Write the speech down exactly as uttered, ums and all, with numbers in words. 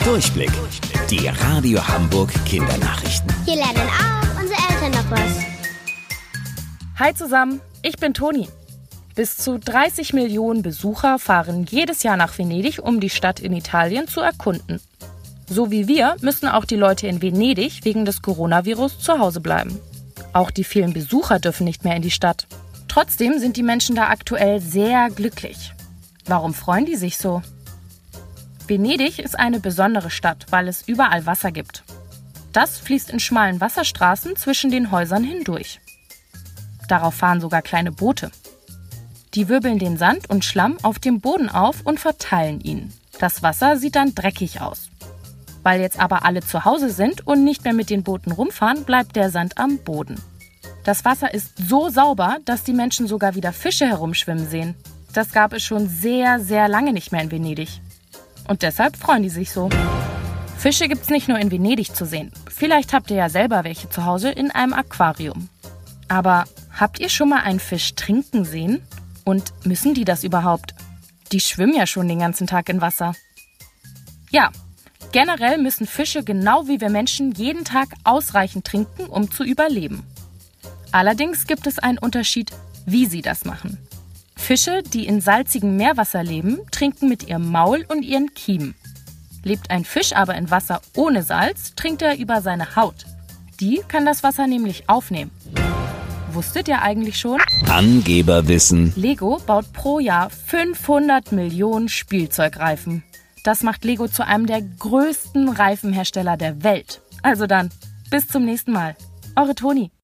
Durchblick. Die Radio Hamburg Kindernachrichten. Hier lernen auch unsere Eltern noch was. Hi zusammen, ich bin Toni. Bis zu dreißig Millionen Besucher fahren jedes Jahr nach Venedig, um die Stadt in Italien zu erkunden. So wie wir müssen auch die Leute in Venedig wegen des Coronavirus zu Hause bleiben. Auch die vielen Besucher dürfen nicht mehr in die Stadt. Trotzdem sind die Menschen da aktuell sehr glücklich. Warum freuen die sich so? Venedig ist eine besondere Stadt, weil es überall Wasser gibt. Das fließt in schmalen Wasserstraßen zwischen den Häusern hindurch. Darauf fahren sogar kleine Boote. Die wirbeln den Sand und Schlamm auf dem Boden auf und verteilen ihn. Das Wasser sieht dann dreckig aus. Weil jetzt aber alle zu Hause sind und nicht mehr mit den Booten rumfahren, bleibt der Sand am Boden. Das Wasser ist so sauber, dass die Menschen sogar wieder Fische herumschwimmen sehen. Das gab es schon sehr, sehr lange nicht mehr in Venedig. Und deshalb freuen die sich so. Fische gibt's nicht nur in Venedig zu sehen. Vielleicht habt ihr ja selber welche zu Hause in einem Aquarium. Aber habt ihr schon mal einen Fisch trinken sehen? Und müssen die das überhaupt? Die schwimmen ja schon den ganzen Tag in Wasser. Ja, generell müssen Fische genau wie wir Menschen jeden Tag ausreichend trinken, um zu überleben. Allerdings gibt es einen Unterschied, wie sie das machen. Fische, die in salzigem Meerwasser leben, trinken mit ihrem Maul und ihren Kiemen. Lebt ein Fisch aber in Wasser ohne Salz, trinkt er über seine Haut. Die kann das Wasser nämlich aufnehmen. Wusstet ihr eigentlich schon? Angeberwissen. Lego baut pro Jahr fünfhundert Millionen Spielzeugreifen. Das macht Lego zu einem der größten Reifenhersteller der Welt. Also dann, bis zum nächsten Mal. Eure Toni.